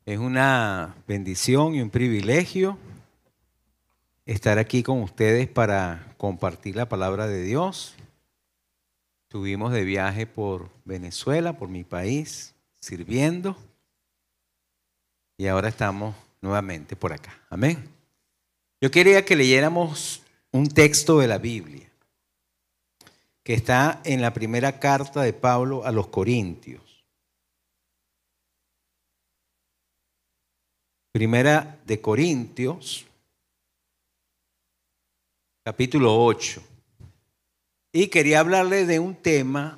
Es una bendición y un privilegio estar aquí con ustedes para compartir la palabra de Dios. Estuvimos de viaje por Venezuela, por mi país, sirviendo, y ahora estamos nuevamente por acá. Amén. Yo quería que leyéramos un texto de la Biblia que está en la primera carta de Pablo a los Corintios. Primera de Corintios, capítulo 8. Y quería hablarle de un tema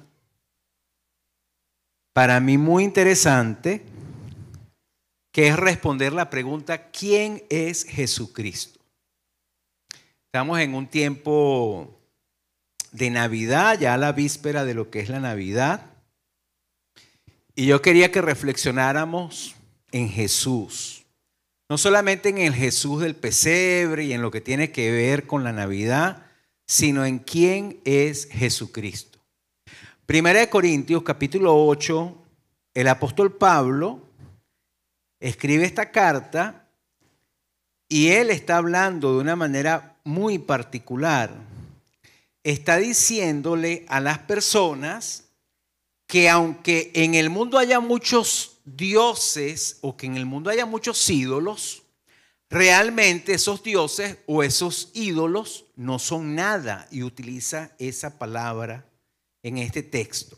para mí muy interesante, que es responder la pregunta: ¿quién es Jesucristo? Estamos en un tiempo de Navidad, ya a la víspera de lo que es la Navidad. Y yo quería que reflexionáramos en Jesús. No solamente en el Jesús del pesebre y en lo que tiene que ver con la Navidad, sino en quién es Jesucristo. Primera de Corintios, capítulo 8, el apóstol Pablo escribe esta carta y él está hablando de una manera muy particular. Está diciéndole a las personas que aunque en el mundo haya muchos dioses o que en el mundo haya muchos ídolos, realmente esos dioses o esos ídolos no son nada, y utiliza esa palabra en este texto.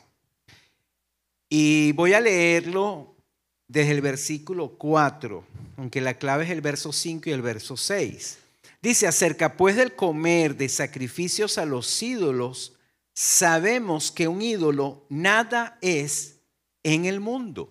Y voy a leerlo desde el versículo 4, aunque la clave es el verso 5 y el verso 6. Dice: acerca pues del comer de sacrificios a los ídolos, sabemos que un ídolo nada es en el mundo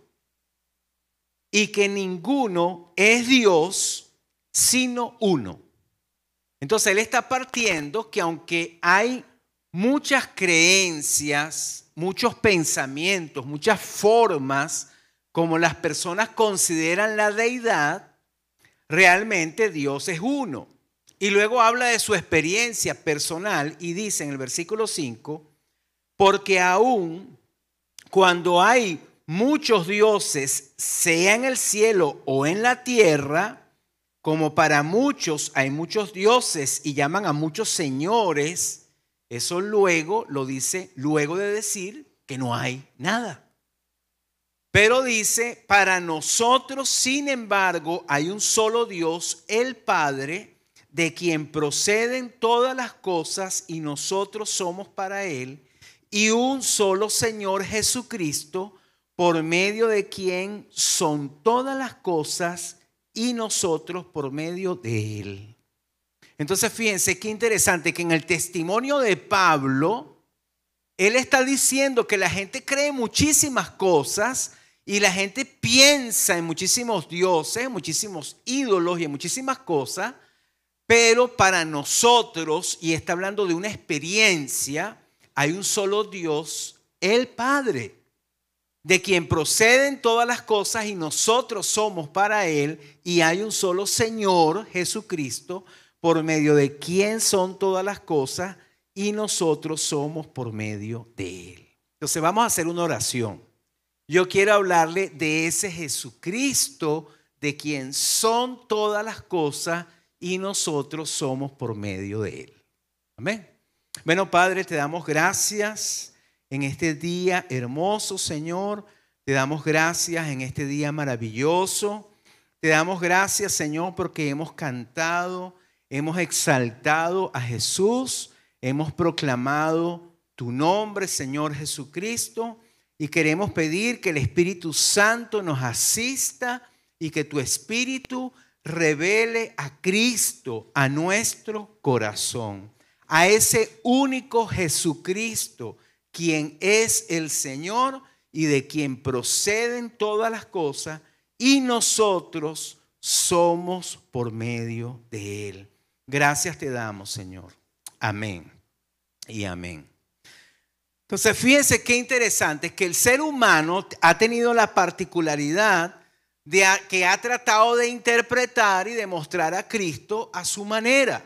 y que ninguno es Dios sino uno. Entonces él está partiendo que aunque hay muchas creencias, muchos pensamientos, muchas formas como las personas consideran la deidad, realmente Dios es uno. Y luego habla de su experiencia personal y dice en el versículo 5, porque aún cuando hay muchos dioses, sea en el cielo o en la tierra, como para muchos hay muchos dioses y llaman a muchos señores, eso luego lo dice luego de decir que no hay nada. Pero dice: para nosotros, sin embargo, hay un solo Dios, el Padre, de quien proceden todas las cosas y nosotros somos para Él, y un solo Señor Jesucristo, por medio de quien son todas las cosas y nosotros por medio de Él. Entonces fíjense qué interesante que en el testimonio de Pablo, él está diciendo que la gente cree muchísimas cosas y la gente piensa en muchísimos dioses, en muchísimos ídolos y en muchísimas cosas, pero para nosotros, y está hablando de una experiencia, hay un solo Dios, el Padre, de quien proceden todas las cosas y nosotros somos para Él, y hay un solo Señor, Jesucristo, por medio de quien son todas las cosas y nosotros somos por medio de Él. Entonces vamos a hacer una oración. Yo quiero hablarle de ese Jesucristo, de quien son todas las cosas y nosotros somos por medio de Él. Amén. Bueno, Padre, te damos gracias en este día hermoso, Señor. Te damos gracias en este día maravilloso. Te damos gracias, Señor, porque hemos cantado, hemos exaltado a Jesús, hemos proclamado tu nombre, Señor Jesucristo, y queremos pedir que el Espíritu Santo nos asista y que tu Espíritu revele a Cristo a nuestro corazón, a ese único Jesucristo, quien es el Señor y de quien proceden todas las cosas, y nosotros somos por medio de Él. Gracias te damos, Señor. Amén y amén. Entonces, fíjense qué interesante, que el ser humano ha tenido la particularidad de que ha tratado de interpretar y demostrar a Cristo a su manera.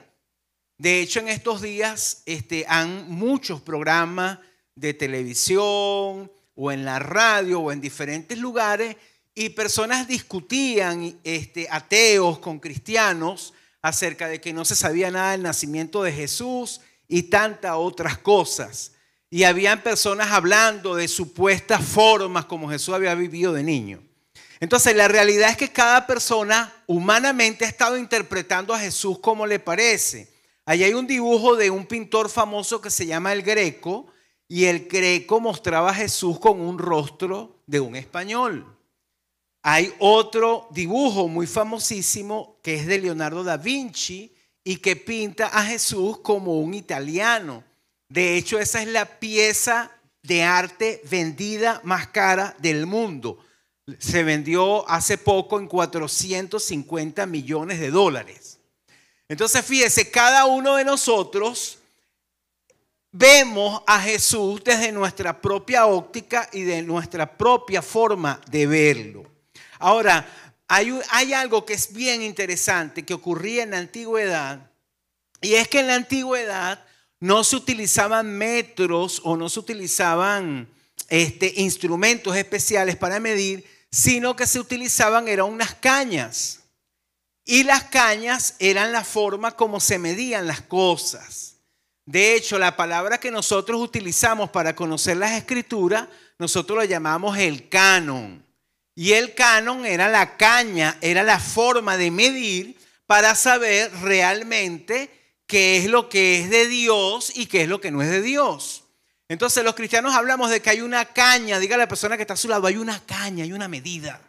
De hecho, en estos días han muchos programas de televisión o en la radio o en diferentes lugares, y personas discutían, ateos con cristianos, acerca de que no se sabía nada del nacimiento de Jesús y tantas otras cosas. Y habían personas hablando de supuestas formas como Jesús había vivido de niño. Entonces la realidad es que cada persona humanamente ha estado interpretando a Jesús como le parece. Allí hay un dibujo de un pintor famoso que se llama El Greco, y el Greco mostraba a Jesús con un rostro de un español. Hay otro dibujo muy famosísimo que es de Leonardo da Vinci y que pinta a Jesús como un italiano. De hecho, esa es la pieza de arte vendida más cara del mundo. Se vendió hace poco en 450 millones de dólares. Entonces, fíjese, cada uno de nosotros vemos a Jesús desde nuestra propia óptica y de nuestra propia forma de verlo. Ahora, hay algo que es bien interesante que ocurría en la antigüedad, y es que en la antigüedad no se utilizaban metros o no se utilizaban instrumentos especiales para medir, sino que se utilizaban eran unas cañas. Y las cañas eran la forma como se medían las cosas. De hecho, la palabra que nosotros utilizamos para conocer las escrituras, nosotros lo llamamos el canon. Y el canon era la caña, era la forma de medir para saber realmente qué es lo que es de Dios y qué es lo que no es de Dios. Entonces los cristianos hablamos de que hay una caña. Diga a la persona que está a su lado, hay una caña, hay una medida.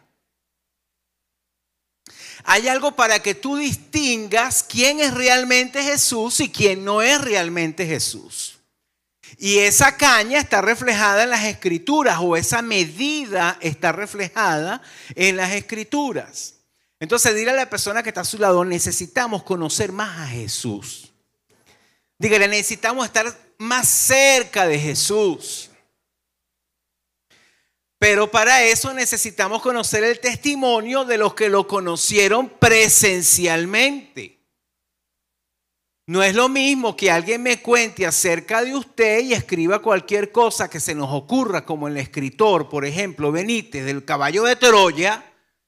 Hay algo para que tú distingas quién es realmente Jesús y quién no es realmente Jesús. Y esa caña está reflejada en las escrituras, o esa medida está reflejada en las escrituras. Entonces dile a la persona que está a su lado, necesitamos conocer más a Jesús. Dígale, necesitamos estar más cerca de Jesús. Pero para eso necesitamos conocer el testimonio de los que lo conocieron presencialmente. No es lo mismo que alguien me cuente acerca de usted y escriba cualquier cosa que se nos ocurra, como el escritor, por ejemplo, Benítez, del Caballo de Troya,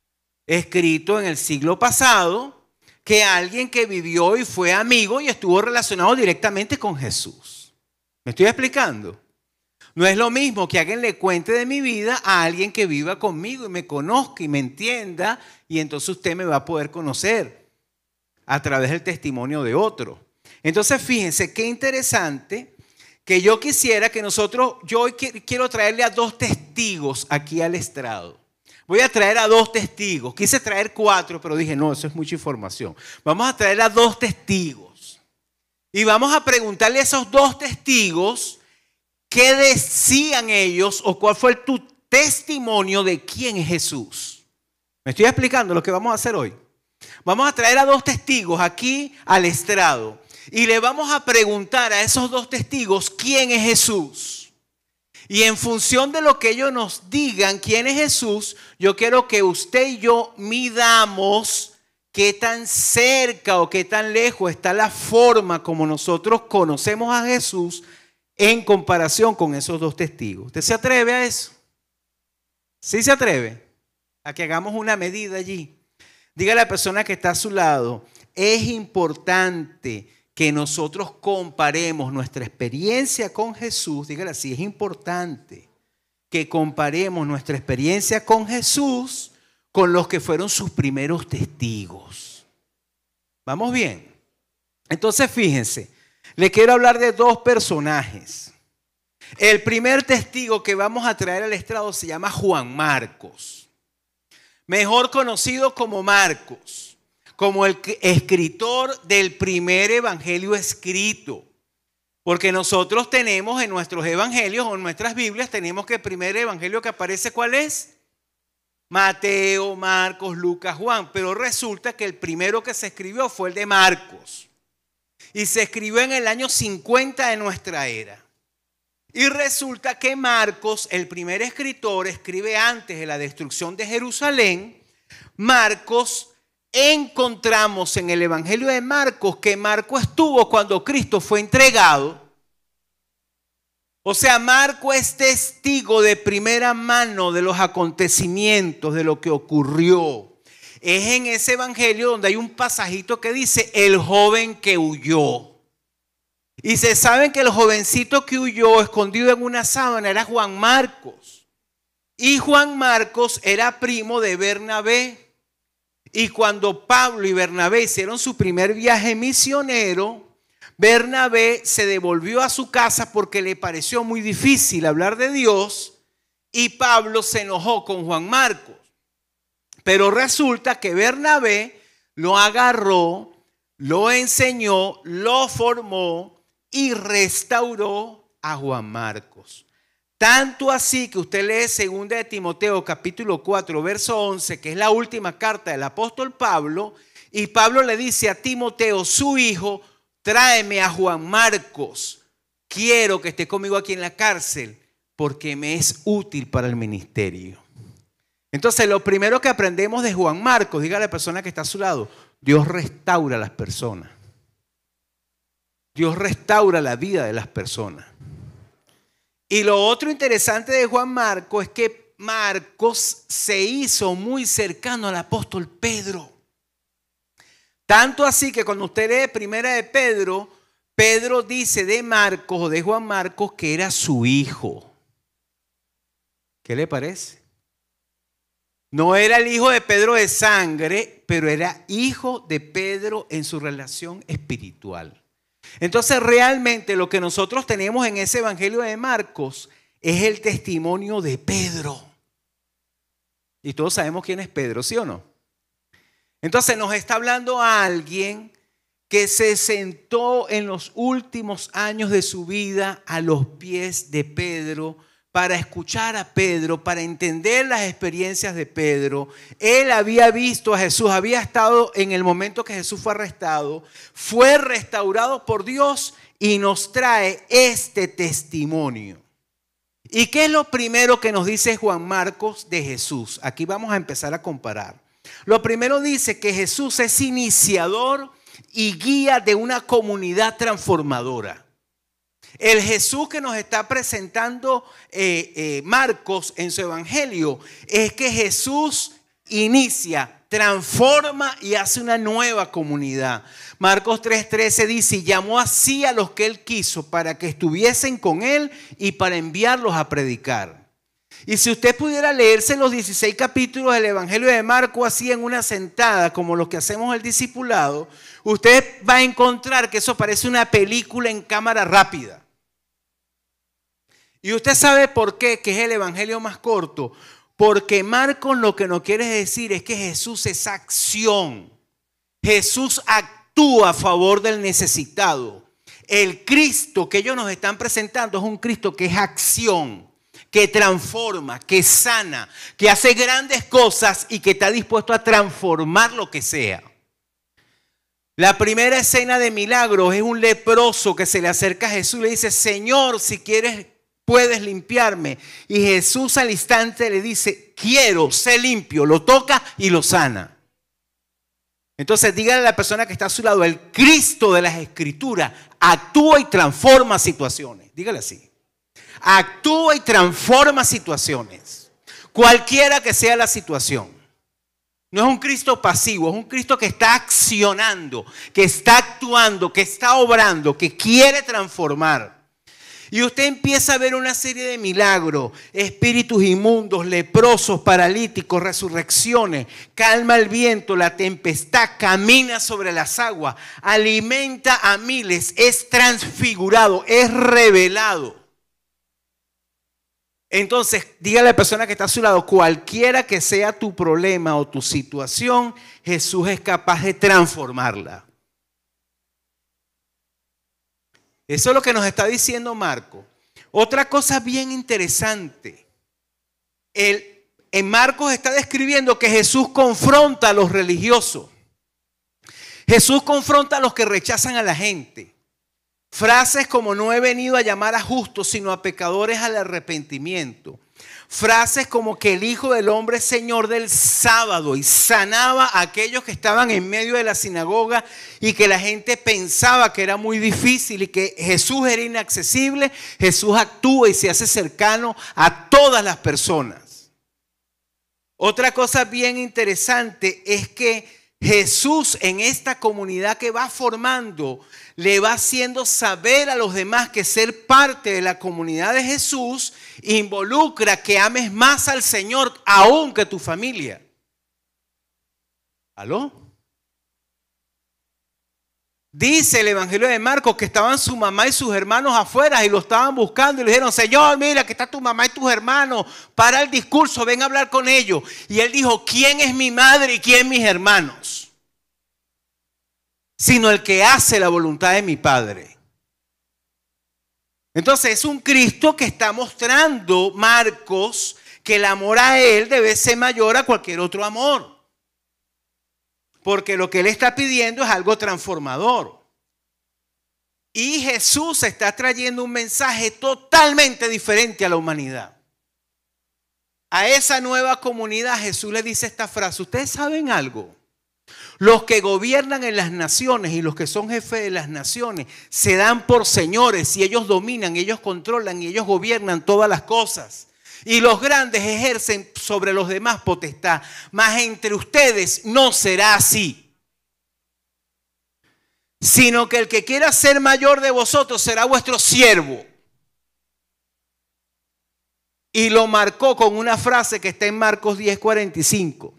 escrito en el siglo pasado, que alguien que vivió y fue amigo y estuvo relacionado directamente con Jesús. ¿Me estoy explicando? No es lo mismo que alguien le cuente de mi vida a alguien que viva conmigo y me conozca y me entienda, y entonces usted me va a poder conocer a través del testimonio de otro. Entonces fíjense qué interesante que yo quisiera que yo hoy quiero traerle a 2 testigos aquí al estrado. Voy a traer a 2 testigos. Quise traer 4, pero dije, no, eso es mucha información. Vamos a traer a 2 testigos. Y vamos a preguntarle a esos 2 testigos qué decían ellos o cuál fue tu testimonio de quién es Jesús. ¿Me estoy explicando lo que vamos a hacer hoy? Vamos a traer a 2 testigos aquí al estrado y le vamos a preguntar a esos 2 testigos quién es Jesús. Y en función de lo que ellos nos digan quién es Jesús, yo quiero que usted y yo midamos qué tan cerca o qué tan lejos está la forma como nosotros conocemos a Jesús en comparación con esos 2 testigos. ¿Usted se atreve a eso? ¿Sí se atreve? A que hagamos una medida allí. Diga a la persona que está a su lado, es importante que nosotros comparemos nuestra experiencia con Jesús. Dígale así, es importante que comparemos nuestra experiencia con Jesús con los que fueron sus primeros testigos. ¿Vamos bien? Entonces fíjense, le quiero hablar de 2 personajes. El primer testigo que vamos a traer al estrado se llama Juan Marcos, mejor conocido como Marcos, como el escritor del primer evangelio escrito. Porque nosotros tenemos en nuestros evangelios o en nuestras Biblias, tenemos que el primer evangelio que aparece, ¿cuál es? Mateo, Marcos, Lucas, Juan. Pero resulta que el primero que se escribió fue el de Marcos. Y se escribió en el año 50 de nuestra era. Y resulta que Marcos, el primer escritor, escribe antes de la destrucción de Jerusalén. Marcos, encontramos en el Evangelio de Marcos que Marcos estuvo cuando Cristo fue entregado. O sea, Marcos es testigo de primera mano de los acontecimientos, de lo que ocurrió. Es en ese evangelio donde hay un pasajito que dice, el joven que huyó. Y se sabe que el jovencito que huyó escondido en una sábana era Juan Marcos. Y Juan Marcos era primo de Bernabé. Y cuando Pablo y Bernabé hicieron su primer viaje misionero, Bernabé se devolvió a su casa porque le pareció muy difícil hablar de Dios y Pablo se enojó con Juan Marcos. Pero resulta que Bernabé lo agarró, lo enseñó, lo formó y restauró a Juan Marcos. Tanto así que usted lee 2 de Timoteo capítulo 4 verso 11, que es la última carta del apóstol Pablo, y Pablo le dice a Timoteo, su hijo, tráeme a Juan Marcos, quiero que esté conmigo aquí en la cárcel porque me es útil para el ministerio. Entonces lo primero que aprendemos de Juan Marcos, diga a la persona que está a su lado, Dios restaura a las personas. Dios restaura la vida de las personas. Y lo otro interesante de Juan Marcos es que Marcos se hizo muy cercano al apóstol Pedro. Tanto así que cuando usted lee primera de Pedro, Pedro dice de Marcos o de Juan Marcos que era su hijo. ¿Qué le parece? No era el hijo de Pedro de sangre, pero era hijo de Pedro en su relación espiritual. Entonces realmente lo que nosotros tenemos en ese evangelio de Marcos es el testimonio de Pedro. Y todos sabemos quién es Pedro, ¿sí o no? Entonces nos está hablando a alguien que se sentó en los últimos años de su vida a los pies de Pedro para escuchar a Pedro, para entender las experiencias de Pedro. Él había visto a Jesús, había estado en el momento que Jesús fue arrestado, fue restaurado por Dios y nos trae este testimonio. ¿Y qué es lo primero que nos dice Juan Marcos de Jesús? Aquí vamos a empezar a comparar. Lo primero dice que Jesús es iniciador y guía de una comunidad transformadora. El Jesús que nos está presentando Marcos en su evangelio es que Jesús inicia, transforma y hace una nueva comunidad. Marcos 3:13 dice, y llamó así a los que él quiso para que estuviesen con él y para enviarlos a predicar. Y si usted pudiera leerse los 16 capítulos del evangelio de Marcos así en una sentada, como los que hacemos el discipulado, usted va a encontrar que eso parece una película en cámara rápida. Y usted sabe por qué, que es el evangelio más corto. Porque Marcos lo que nos quiere decir es que Jesús es acción. Jesús actúa a favor del necesitado. El Cristo que ellos nos están presentando es un Cristo que es acción, que transforma, que sana, que hace grandes cosas y que está dispuesto a transformar lo que sea. La primera escena de milagros es un leproso que se le acerca a Jesús y le dice, Señor, si quieres, puedes limpiarme. Y Jesús al instante le dice, quiero, sé limpio, lo toca y lo sana. Entonces dígale a la persona que está a su lado, el Cristo de las Escrituras actúa y transforma situaciones. Dígale así. Actúa y transforma situaciones, cualquiera que sea la situación. No es un Cristo pasivo, es un Cristo que está accionando, que está actuando, que está obrando, que quiere transformar. Y usted empieza a ver una serie de milagros, espíritus inmundos, leprosos, paralíticos, resurrecciones, calma el viento, la tempestad, camina sobre las aguas, alimenta a miles, es transfigurado, es revelado. Entonces, dígale a la persona que está a su lado, cualquiera que sea tu problema o tu situación, Jesús es capaz de transformarla. Eso es lo que nos está diciendo Marcos. Otra cosa bien interesante. En Marcos está describiendo que Jesús confronta a los religiosos. Jesús confronta a los que rechazan a la gente. Frases como no he venido a llamar a justos, sino a pecadores al arrepentimiento. frases como que el Hijo del Hombre es Señor del sábado, y sanaba a aquellos que estaban en medio de la sinagoga y que la gente pensaba que era muy difícil y que Jesús era inaccesible. Jesús actúa y se hace cercano a todas las personas. Otra cosa bien interesante es que Jesús en esta comunidad que va formando le va haciendo saber a los demás que ser parte de la comunidad de Jesús involucra que ames más al Señor aún que tu familia. ¿Aló? Dice el Evangelio de Marcos que estaban su mamá y sus hermanos afuera y lo estaban buscando y le dijeron: Señor, mira que está tu mamá y tus hermanos, para el discurso, ven a hablar con ellos. Y él dijo: ¿quién es mi madre y quién mis hermanos? Sino el que hace la voluntad de mi Padre. Entonces es un Cristo que está mostrando, Marcos, que el amor a Él debe ser mayor a cualquier otro amor. Porque lo que Él está pidiendo es algo transformador. Y Jesús está trayendo un mensaje totalmente diferente a la humanidad. A esa nueva comunidad Jesús le dice esta frase: ¿ustedes saben algo? Los que gobiernan en las naciones y los que son jefes de las naciones se dan por señores y ellos dominan, ellos controlan y ellos gobiernan todas las cosas. Y los grandes ejercen sobre los demás potestad. Mas entre ustedes no será así. Sino que el que quiera ser mayor de vosotros será vuestro siervo. Y lo marcó con una frase que está en Marcos 10:45.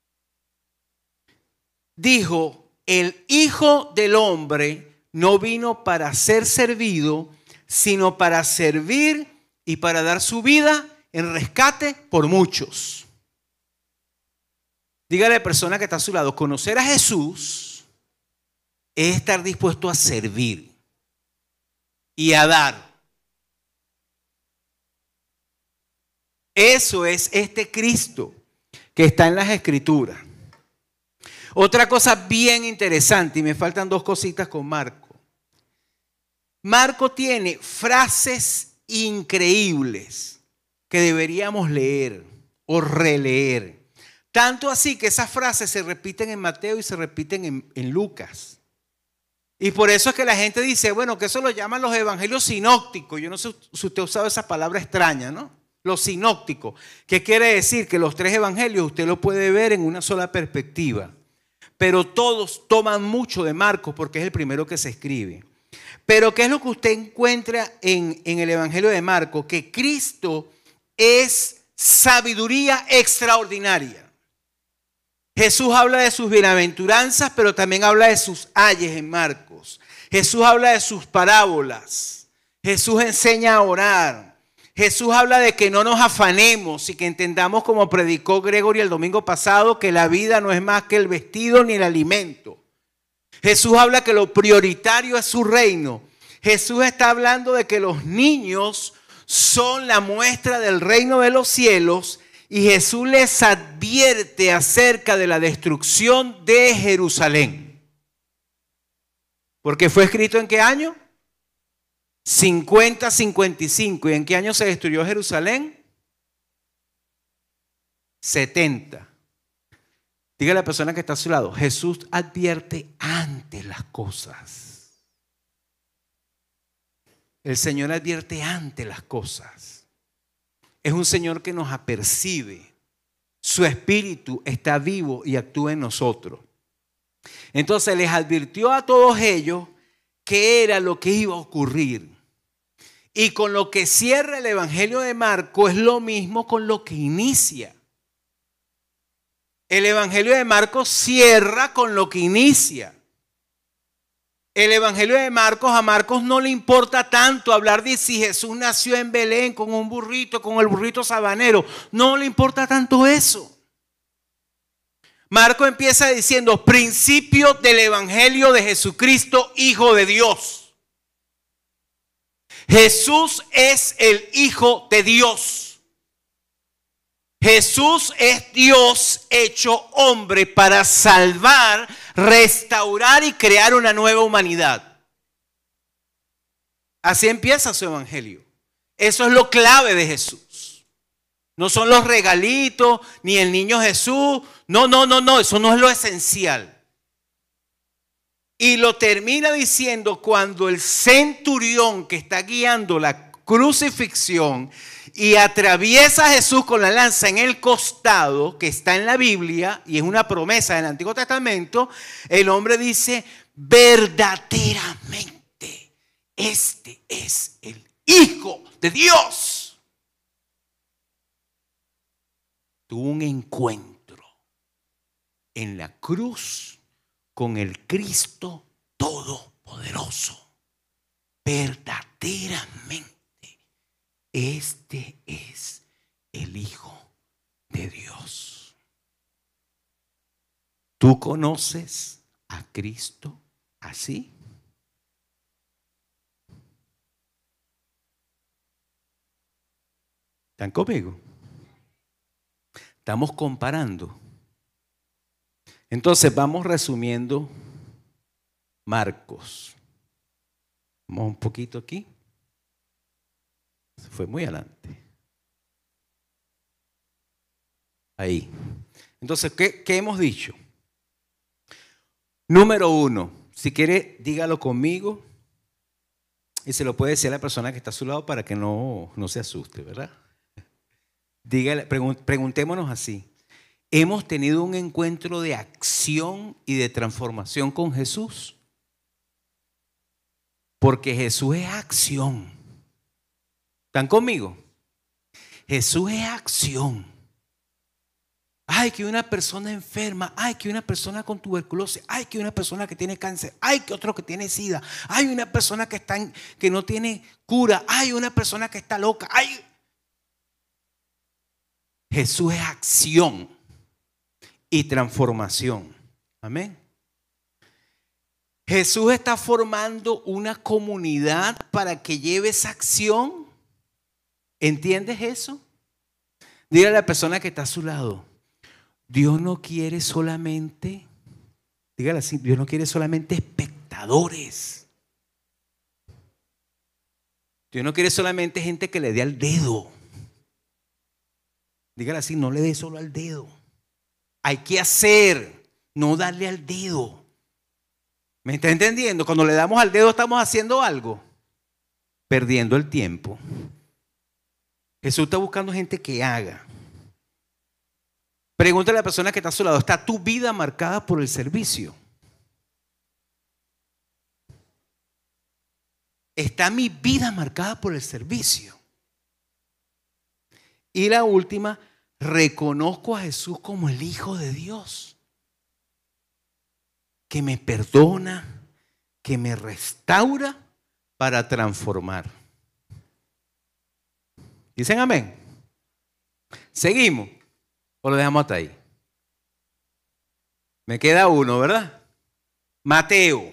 Dijo: el Hijo del Hombre no vino para ser servido, sino para servir y para dar su vida en rescate por muchos. Dígale a la persona que está a su lado: conocer a Jesús es estar dispuesto a servir y a dar. Eso es este Cristo que está en las Escrituras. Otra cosa bien interesante, y me faltan dos cositas con Marco. Marco tiene frases increíbles que deberíamos leer o releer. Tanto así que esas frases se repiten en Mateo y se repiten en Lucas. Y por eso es que la gente dice, bueno, que eso lo llaman los evangelios sinópticos. Yo no sé si usted ha usado esa palabra extraña, ¿no? Los sinópticos. ¿Qué quiere decir? Que los tres evangelios usted lo puede ver en una sola perspectiva. Pero todos toman mucho de Marcos porque es el primero que se escribe. Pero ¿qué es lo que usted encuentra en el Evangelio de Marcos? Que Cristo es sabiduría extraordinaria. Jesús habla de sus bienaventuranzas, pero también habla de sus ayes en Marcos. Jesús habla de sus parábolas. Jesús enseña a orar. Jesús habla de que no nos afanemos y que entendamos, como predicó Gregory el domingo pasado, que la vida no es más que el vestido ni el alimento. Jesús habla que lo prioritario es su reino. Jesús está hablando de que los niños son la muestra del reino de los cielos y Jesús les advierte acerca de la destrucción de Jerusalén. Porque fue escrito ¿en qué año? 50-55. ¿Y en qué año se destruyó Jerusalén? 70. Dígale a la persona que está a su lado: Jesús advierte antes las cosas. El Señor advierte antes las cosas. Es un Señor que nos apercibe. Su espíritu está vivo y actúa en nosotros. Entonces les advirtió a todos ellos qué era lo que iba a ocurrir. Y con lo que cierra el Evangelio de Marcos es lo mismo con lo que inicia. El Evangelio de Marcos cierra con lo que inicia. El Evangelio de Marcos, a Marcos no le importa tanto hablar de si Jesús nació en Belén con un burrito, con el burrito sabanero. No le importa tanto eso. Marcos empieza diciendo: principio del Evangelio de Jesucristo, Hijo de Dios. Jesús es el Hijo de Dios. Jesús es Dios hecho hombre para salvar, restaurar y crear una nueva humanidad. Así empieza su evangelio. Eso es lo clave de Jesús. No son los regalitos, ni el niño Jesús. No, no, no, no, eso no es lo esencial. Y lo termina diciendo cuando el centurión que está guiando la crucifixión y atraviesa a Jesús con la lanza en el costado, que está en la Biblia y es una promesa del Antiguo Testamento, el hombre dice, verdaderamente, este es el Hijo de Dios. Tuvo un encuentro en la cruz con el Cristo Todopoderoso. Verdaderamente, este es el Hijo de Dios. ¿Tú conoces a Cristo así? ¿Están conmigo? Estamos comparando. Entonces vamos resumiendo Marcos. Vamos un poquito aquí. Se fue muy adelante. Ahí. Entonces, ¿qué hemos dicho? Número 1, si quiere, dígalo conmigo y se lo puede decir a la persona que está a su lado para que no se asuste, ¿verdad? Dígale, preguntémonos así. ¿Hemos tenido un encuentro de acción y de transformación con Jesús? Porque Jesús es acción. ¿Están conmigo? Jesús es acción. Ay, que una persona enferma, ay, que una persona con tuberculosis, ay, que una persona que tiene cáncer, ay, que otro que tiene sida, ay, una persona que no tiene cura, ay, una persona que está loca, ay. Jesús es acción y transformación. Amén. Jesús está formando una comunidad para que lleve esa acción. ¿Entiendes eso? Dile a la persona que está a su lado, Dios no quiere solamente, dígale así, Dios no quiere solamente espectadores. Dios no quiere solamente gente que le dé al dedo. Dígale así, no le dé solo al dedo. Hay que hacer, no darle al dedo. ¿Me está entendiendo? Cuando le damos al dedo estamos haciendo algo, perdiendo el tiempo. Jesús está buscando gente que haga. Pregúntale a la persona que está a su lado, ¿está tu vida marcada por el servicio? ¿Está mi vida marcada por el servicio? Y la última, reconozco a Jesús como el Hijo de Dios, que me perdona, que me restaura para transformar. ¿Dicen amén? Seguimos. ¿O lo dejamos hasta ahí? Me queda uno, ¿verdad? Mateo.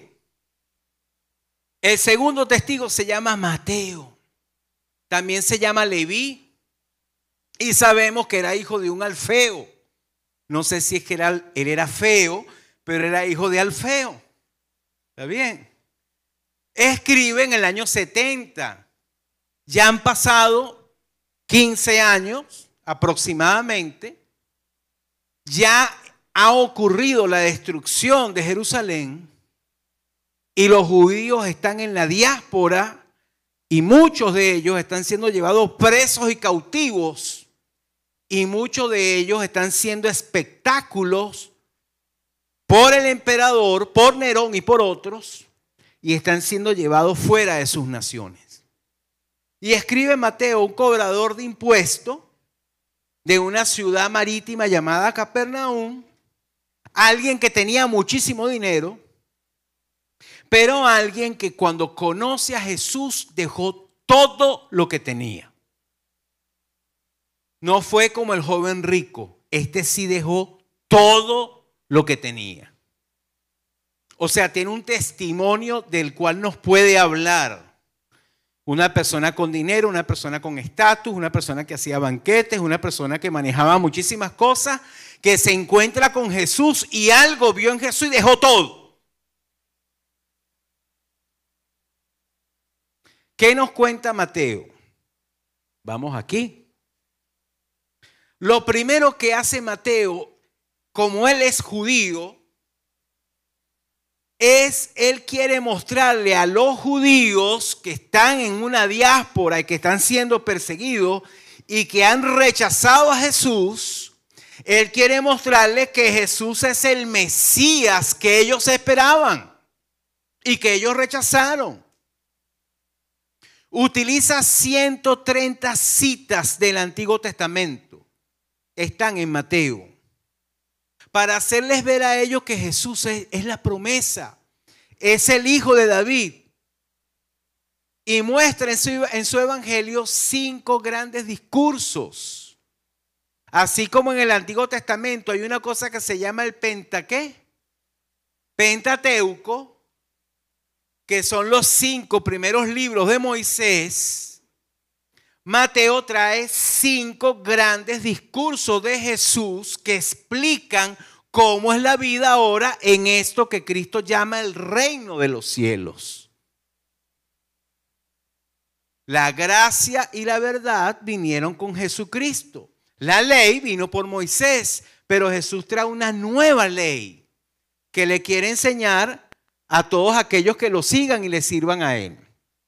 El segundo testigo se llama Mateo. También se llama Leví. Y sabemos que era hijo de un Alfeo. No sé si es que él era feo, pero era hijo de Alfeo. ¿Está bien? Escribe en el año 70. Ya han pasado 15 años aproximadamente. Ya ha ocurrido la destrucción de Jerusalén y los judíos están en la diáspora y muchos de ellos están siendo llevados presos y cautivos y muchos de ellos están siendo espectáculos por el emperador, por Nerón y por otros, y están siendo llevados fuera de sus naciones. Y escribe Mateo, un cobrador de impuestos de una ciudad marítima llamada Capernaum, alguien que tenía muchísimo dinero, pero alguien que cuando conoce a Jesús dejó todo lo que tenía. No fue como el joven rico, este sí dejó todo lo que tenía. O sea, tiene un testimonio del cual nos puede hablar. Una persona con dinero, una persona con estatus, una persona que hacía banquetes, una persona que manejaba muchísimas cosas, que se encuentra con Jesús y algo vio en Jesús y dejó todo. ¿Qué nos cuenta Mateo? Vamos aquí. Lo primero que hace Mateo, como él es judío, él quiere mostrarle a los judíos que están en una diáspora y que están siendo perseguidos y que han rechazado a Jesús, él quiere mostrarles que Jesús es el Mesías que ellos esperaban y que ellos rechazaron. Utiliza 130 citas del Antiguo Testamento. Están en Mateo. Para hacerles ver a ellos que Jesús es la promesa. Es el Hijo de David. Y muestra en su evangelio 5 grandes discursos. Así como en el Antiguo Testamento hay una cosa que se llama el Pentateuco, que son los 5 primeros libros de Moisés. Mateo trae 5 grandes discursos de Jesús que explican cómo es la vida ahora en esto que Cristo llama el reino de los cielos. La gracia y la verdad vinieron con Jesucristo. La ley vino por Moisés, pero Jesús trae una nueva ley que le quiere enseñar a todos aquellos que lo sigan y le sirvan a él.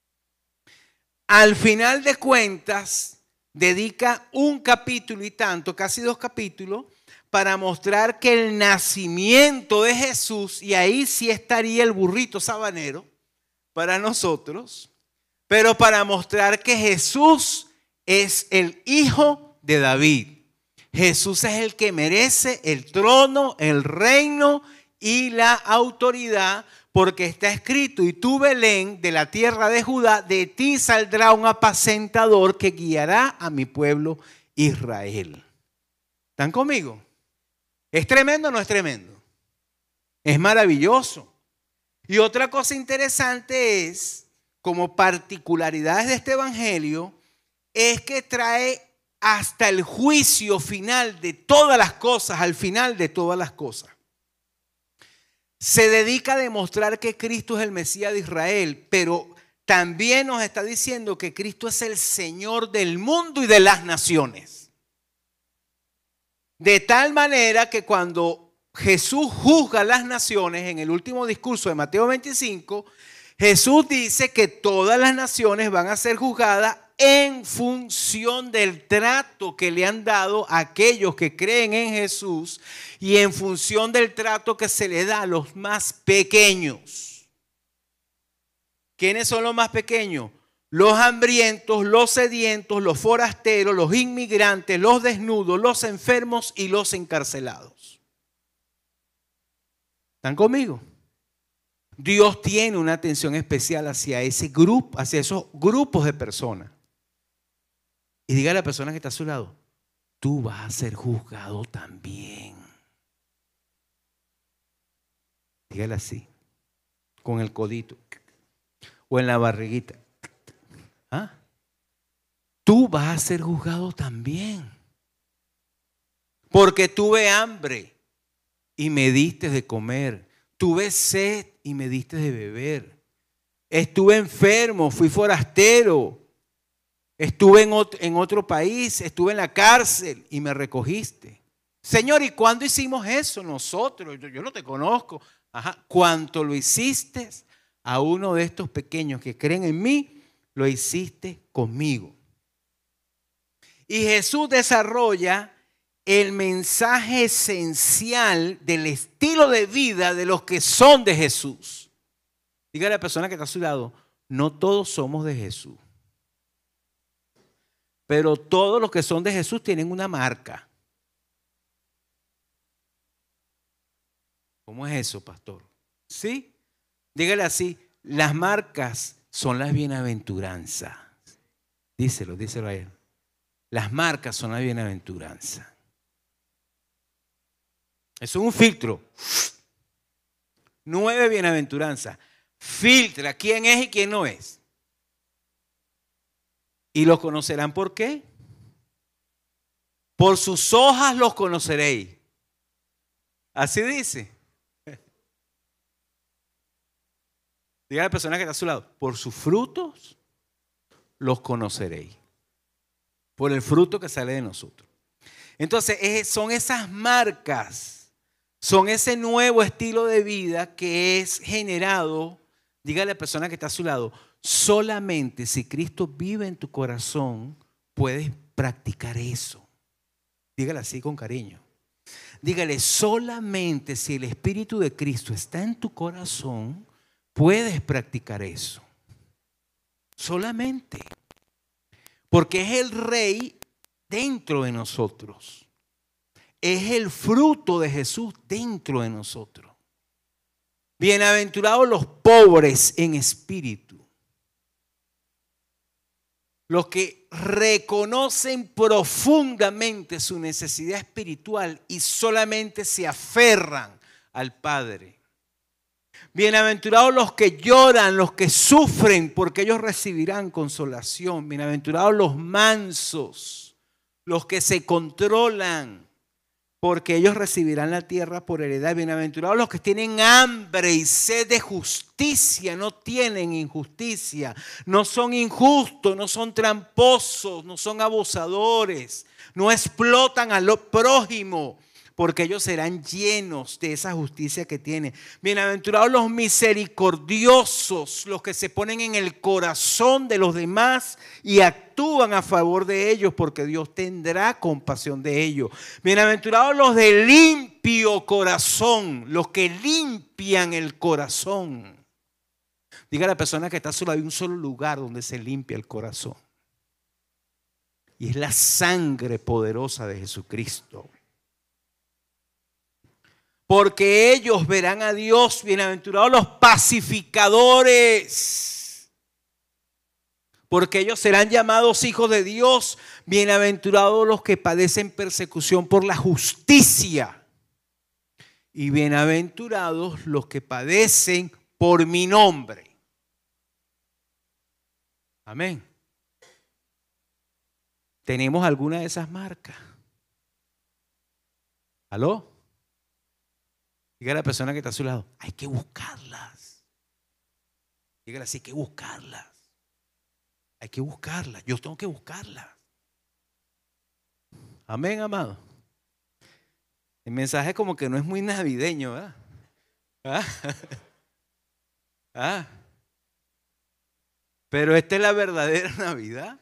Al final de cuentas, dedica un capítulo y tanto, casi 2 capítulos, para mostrar que el nacimiento de Jesús, y ahí sí estaría el burrito sabanero para nosotros, pero para mostrar que Jesús es el Hijo de David. Jesús es el que merece el trono, el reino y la autoridad, porque está escrito: y tú, Belén, de la tierra de Judá, de ti saldrá un apacentador que guiará a mi pueblo Israel. ¿Están conmigo? ¿Es tremendo o no es tremendo? Es maravilloso. Y otra cosa interesante es, como particularidades de este evangelio, es que trae hasta el juicio final de todas las cosas, al final de todas las cosas. Se dedica a demostrar que Cristo es el Mesías de Israel, pero también nos está diciendo que Cristo es el Señor del mundo y de las naciones. De tal manera que cuando Jesús juzga a las naciones, en el último discurso de Mateo 25, Jesús dice que todas las naciones van a ser juzgadas en función del trato que le han dado a aquellos que creen en Jesús y en función del trato que se le da a los más pequeños. ¿Quiénes son los más pequeños? Los hambrientos, los sedientos, los forasteros, los inmigrantes, los desnudos, los enfermos y los encarcelados. ¿Están conmigo? Dios tiene una atención especial hacia ese grupo, hacia esos grupos de personas. Y diga a la persona que está a su lado: tú vas a ser juzgado también. Dígale así, con el codito o en la barriguita. ¿Ah? Tú vas a ser juzgado también. Porque tuve hambre y me diste de comer. Tuve sed y me diste de beber. Estuve enfermo, fui forastero. Estuve en otro país, estuve en la cárcel y me recogiste. Señor, ¿y cuándo hicimos eso nosotros? Yo no te conozco. Ajá. ¿Cuánto lo hiciste a uno de estos pequeños que creen en mí? Lo hiciste conmigo. Y Jesús desarrolla el mensaje esencial del estilo de vida de los que son de Jesús. Dígale a la persona que está a su lado: no todos somos de Jesús, pero todos los que son de Jesús tienen una marca. ¿Cómo es eso, pastor? ¿Sí? Dígale así: las marcas son las bienaventuranzas. Díselo a él. Las marcas son las bienaventuranzas. Eso es un filtro. 9 bienaventuranzas. Filtra quién es y quién no es. ¿Y los conocerán por qué? Por sus hojas los conoceréis. Así dice. Diga a la persona que está a su lado: por sus frutos los conoceréis. Por el fruto que sale de nosotros. Entonces, son esas marcas, son ese nuevo estilo de vida que es generado, dígale a la persona que está a su lado, solamente si Cristo vive en tu corazón, puedes practicar eso. Dígale así con cariño. Dígale, solamente si el Espíritu de Cristo está en tu corazón, puedes practicar eso. Solamente. Porque es el Rey dentro de nosotros. Es el fruto de Jesús dentro de nosotros. Bienaventurados los pobres en espíritu. Los que reconocen profundamente su necesidad espiritual y solamente se aferran al Padre. Bienaventurados los que lloran, los que sufren, porque ellos recibirán consolación. Bienaventurados los mansos, los que se controlan, porque ellos recibirán la tierra por heredad. Bienaventurados los que tienen hambre y sed de justicia, no tienen injusticia, no son injustos, no son tramposos, no son abusadores, no explotan al prójimo, porque ellos serán llenos de esa justicia que tienen. Bienaventurados los misericordiosos, los que se ponen en el corazón de los demás y actúan a favor de ellos, porque Dios tendrá compasión de ellos. Bienaventurados los de limpio corazón, los que limpian el corazón. Diga a la persona que está a su lado, hay un solo lugar donde se limpia el corazón. Y es la sangre poderosa de Jesucristo. Porque ellos verán a Dios. Bienaventurados los pacificadores, porque ellos serán llamados hijos de Dios. Bienaventurados los que padecen persecución por la justicia, y bienaventurados los que padecen por mi nombre. Amén. ¿Tenemos alguna de esas marcas? ¿Aló? Dígale a la persona que está a su lado, hay que buscarlas. Dígale así, hay que buscarlas. Hay que buscarlas. Yo tengo que buscarlas. Amén, amado. El mensaje como que no es muy navideño, ¿verdad? Pero esta es la verdadera Navidad.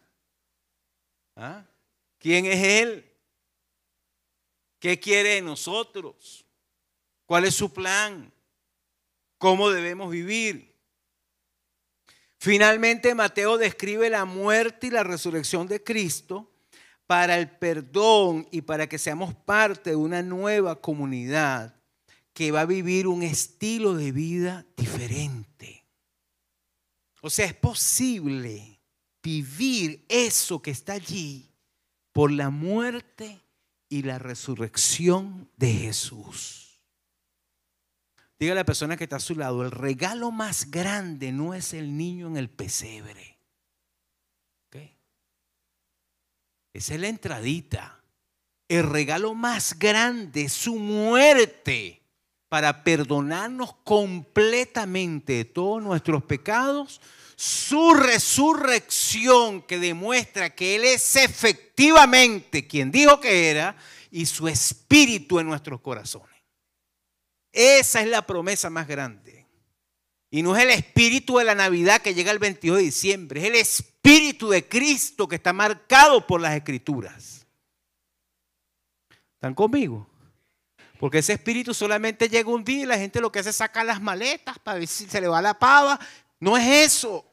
¿Quién es Él? ¿Qué quiere de nosotros? ¿Cuál es su plan? ¿Cómo debemos vivir? Finalmente, Mateo describe la muerte y la resurrección de Cristo para el perdón y para que seamos parte de una nueva comunidad que va a vivir un estilo de vida diferente. O sea, es posible vivir eso que está allí por la muerte y la resurrección de Jesús. Diga a la persona que está a su lado, el regalo más grande no es el niño en el pesebre. ¿Okay? Esa es la entradita. El regalo más grande es su muerte para perdonarnos completamente de todos nuestros pecados. Su resurrección, que demuestra que Él es efectivamente quien dijo que era, y su espíritu en nuestros corazones. Esa es la promesa más grande. Y no es el espíritu de la Navidad que llega el 22 de diciembre. Es el espíritu de Cristo que está marcado por las Escrituras. ¿Están conmigo? Porque ese espíritu solamente llega un día y la gente lo que hace es sacar las maletas para ver si se le va la pava. No es eso.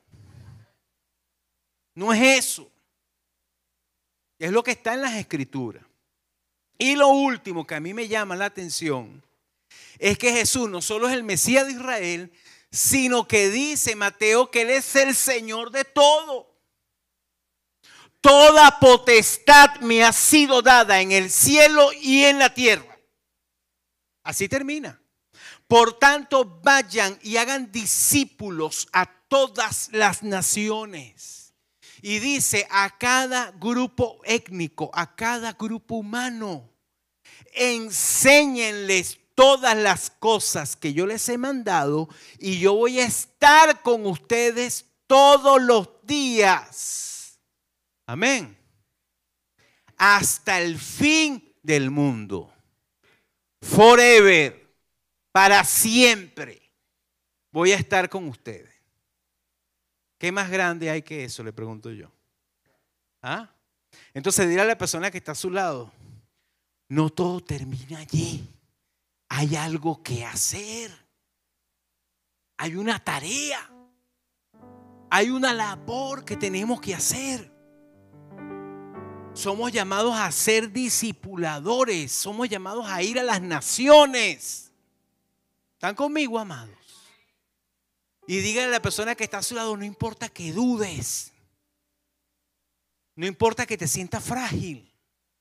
No es eso. Es lo que está en las Escrituras. Y lo último que a mí me llama la atención es que Jesús no solo es el Mesías de Israel, sino que dice Mateo que Él es el Señor de todo. Toda potestad me ha sido dada en el cielo y en la tierra. Así termina. Por tanto, vayan y hagan discípulos a todas las naciones. Y dice a cada grupo étnico, a cada grupo humano, enséñenles todas las cosas que yo les he mandado y yo voy a estar con ustedes todos los días. Amén. Hasta el fin del mundo. Forever, para siempre, voy a estar con ustedes. ¿Qué más grande hay que eso? Le pregunto yo. ¿Ah? Entonces dile a la persona que está a su lado, no todo termina allí. Hay algo que hacer. Hay una tarea. Hay una labor que tenemos que hacer. Somos llamados a ser discipuladores. Somos llamados a ir a las naciones. ¿Están conmigo, amados? Y díganle a la persona que está a su lado, no importa que dudes. No importa que te sientas frágil.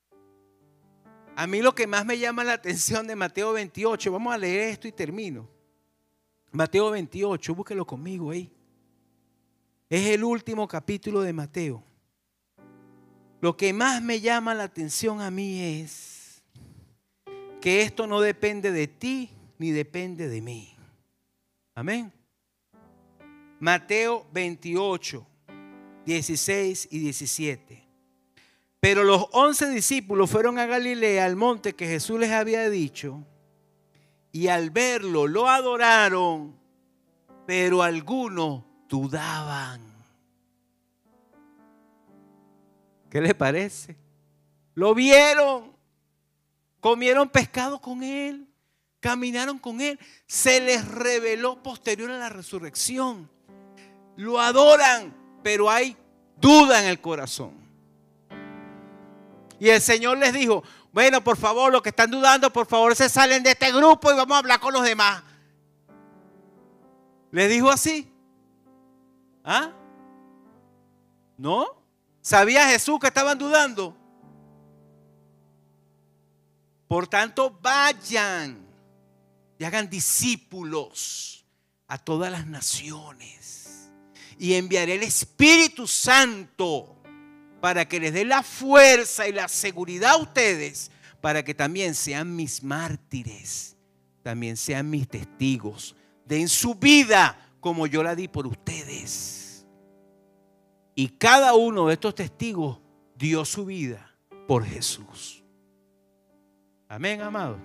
A mí lo que más me llama la atención de Mateo 28, vamos a leer esto y termino. Mateo 28, búsquelo conmigo ahí. Es el último capítulo de Mateo. Lo que más me llama la atención a mí es que esto no depende de ti ni depende de mí. Amén. Mateo 28, 16 y 17. Pero los 11 discípulos fueron a Galilea, al monte que Jesús les había dicho, y al verlo lo adoraron, pero algunos dudaban. ¿Qué les parece? Lo vieron, comieron pescado con él, caminaron con él, se les reveló posterior a la resurrección. Lo adoran, pero hay duda en el corazón. Y el Señor les dijo, bueno, por favor, los que están dudando, por favor, se salen de este grupo y vamos a hablar con los demás. ¿Les dijo así? ¿Ah? ¿No? ¿Sabía Jesús que estaban dudando? Por tanto, vayan y hagan discípulos a todas las naciones. Y enviaré el Espíritu Santo para que les dé la fuerza y la seguridad a ustedes, para que también sean mis mártires, también sean mis testigos, den su vida como yo la di por ustedes. Y cada uno de estos testigos dio su vida por Jesús. Amén, amado.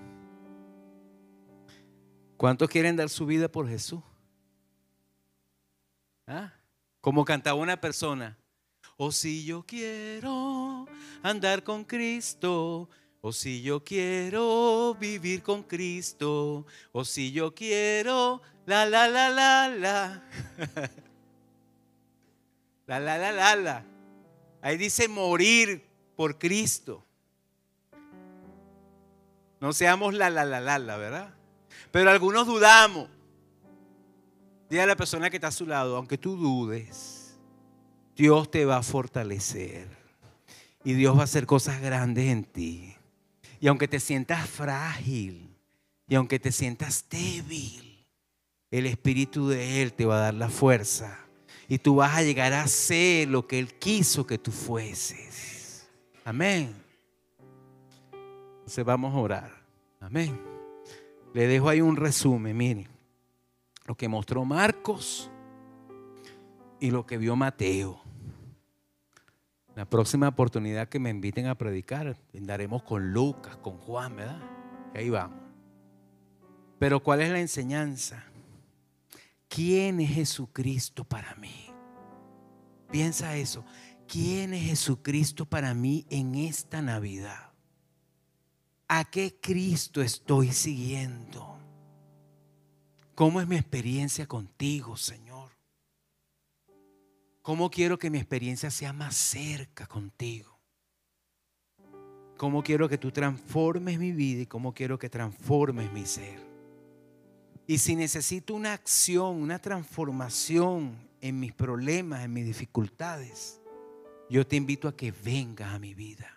¿Cuántos quieren dar su vida por Jesús? ¿Ah? Como cantaba una persona. Oh, si yo quiero andar con Cristo, oh, si yo quiero vivir con Cristo, oh, si yo quiero la. La. Ahí dice morir por Cristo. No seamos la, ¿verdad? Pero algunos dudamos. Dile a la persona que está a su lado, aunque tú dudes, Dios te va a fortalecer y Dios va a hacer cosas grandes en ti. Y aunque te sientas frágil y aunque te sientas débil, el Espíritu de Él te va a dar la fuerza y tú vas a llegar a ser lo que Él quiso que tú fueses. Amén. Entonces vamos a orar. Amén. Le dejo ahí un resumen, miren, lo que mostró Marcos y lo que vio Mateo. La próxima oportunidad que me inviten a predicar, andaremos con Lucas, con Juan, ¿verdad? Y ahí vamos. Pero ¿cuál es la enseñanza? ¿Quién es Jesucristo para mí? Piensa eso. ¿Quién es Jesucristo para mí en esta Navidad? ¿A qué Cristo estoy siguiendo? ¿Cómo es mi experiencia contigo, Señor? ¿Cómo quiero que mi experiencia sea más cerca contigo? ¿Cómo quiero que tú transformes mi vida y cómo quiero que transformes mi ser? Y si necesito una acción, una transformación en mis problemas, en mis dificultades, yo te invito a que vengas a mi vida.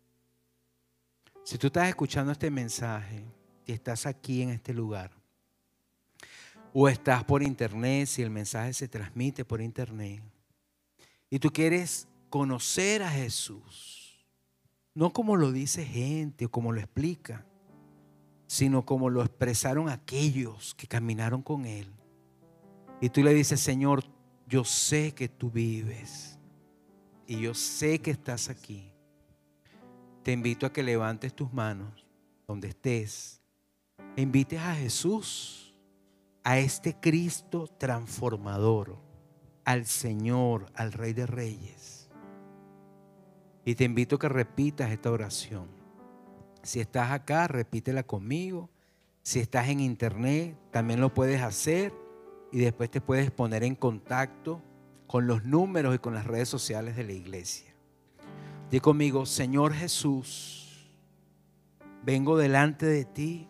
Si tú estás escuchando este mensaje y estás aquí en este lugar, o estás por internet, si el mensaje se transmite por internet, y tú quieres conocer a Jesús, no como lo dice gente o como lo explica, sino como lo expresaron aquellos que caminaron con Él. Y tú le dices, Señor, yo sé que tú vives y yo sé que estás aquí. te invito a que levantes tus manos donde estés e invites a Jesús, a este Cristo transformador, al Señor, al Rey de Reyes. Y te invito a que repitas esta oración. Si estás acá, repítela conmigo. Si estás en internet, también lo puedes hacer y después te puedes poner en contacto con los números y con las redes sociales de la iglesia. Di conmigo: Señor Jesús, vengo delante de ti.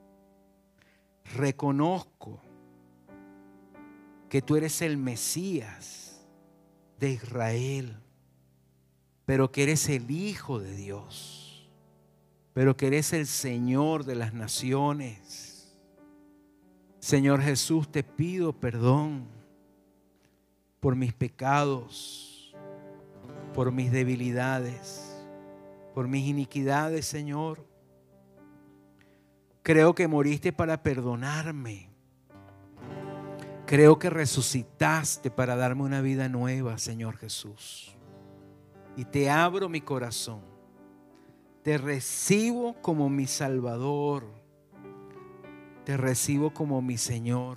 Reconozco que tú eres el Mesías de Israel, pero que eres el Hijo de Dios, pero que eres el Señor de las naciones. Señor Jesús, te pido perdón por mis pecados, por mis debilidades, por mis iniquidades, Señor. Creo que moriste para perdonarme. Creo que resucitaste para darme una vida nueva, Señor Jesús. Y te abro mi corazón. Te recibo como mi Salvador. Te recibo como mi Señor.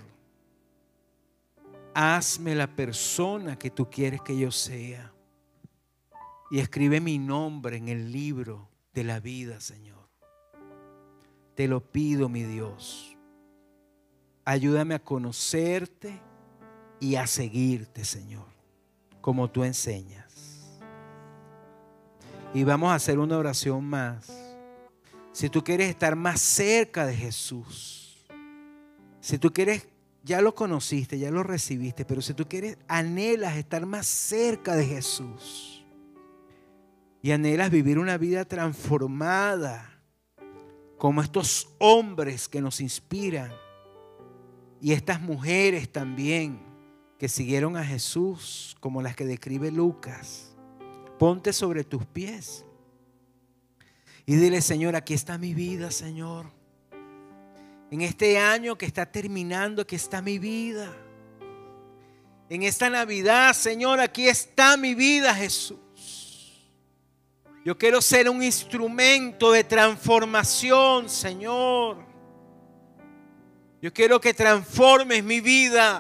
Hazme la persona que tú quieres que yo sea. Y escribe mi nombre en el libro de la vida, Señor. Te lo pido, mi Dios. Ayúdame a conocerte y a seguirte, Señor, como tú enseñas. Y vamos a hacer una oración más. Si tú quieres estar más cerca de Jesús, si tú quieres, ya lo conociste, ya lo recibiste, pero si tú quieres, anhelas estar más cerca de Jesús y anhelas vivir una vida transformada como estos hombres que nos inspiran y estas mujeres también que siguieron a Jesús, como las que describe Lucas, ponte sobre tus pies y dile: Señor, aquí está mi vida, Señor. En este año que está terminando, aquí está mi vida. En esta Navidad, Señor, aquí está mi vida, Jesús. Yo quiero ser un instrumento de transformación, Señor. Yo quiero que transformes mi vida.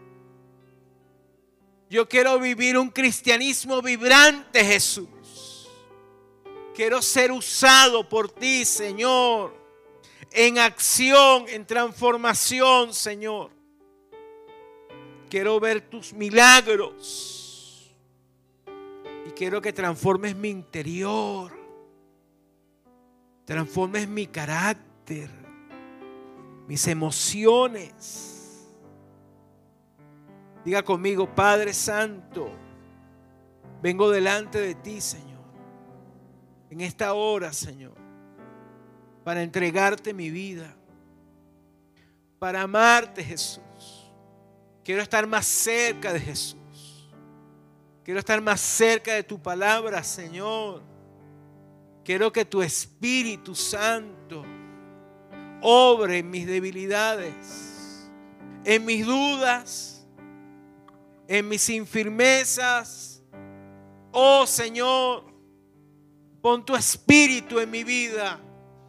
Yo quiero vivir un cristianismo vibrante, Jesús. Quiero ser usado por ti, Señor, en acción, en transformación, Señor. Quiero ver tus milagros y quiero que transformes mi interior, transformes mi carácter, mis emociones. Diga conmigo: Padre Santo, vengo delante de ti, Señor, en esta hora, Señor, para entregarte mi vida, para amarte, Jesús. Quiero estar más cerca de Jesús. Quiero estar más cerca de tu palabra, Señor. Quiero que tu Espíritu Santo obre en mis debilidades, en mis dudas, en mis infirmezas. Oh Señor, pon tu Espíritu en mi vida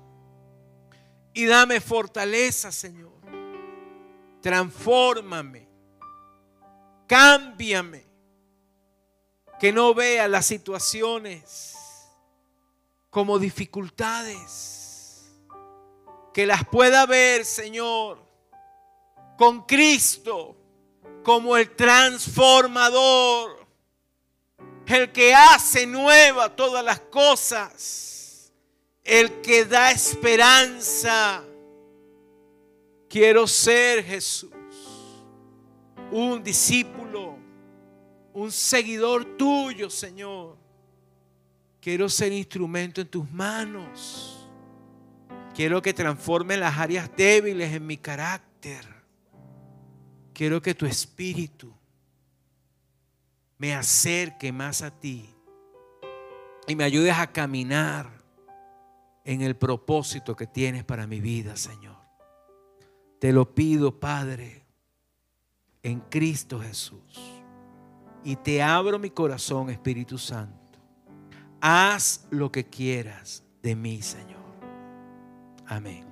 y dame fortaleza, Señor. Transfórmame, cámbiame, que no vea las situaciones como dificultades, que las pueda ver, Señor, con Cristo como el transformador, el que hace nueva todas las cosas, el que da esperanza. Quiero ser, Jesús, un discípulo, un seguidor tuyo, Señor. Quiero ser instrumento en tus manos. Quiero que transforme las áreas débiles en mi carácter. Quiero que tu Espíritu me acerque más a ti y me ayudes a caminar en el propósito que tienes para mi vida, Señor. Te lo pido, Padre, en Cristo Jesús. Y te abro mi corazón, Espíritu Santo. haz lo que quieras de mí, Señor. Amén.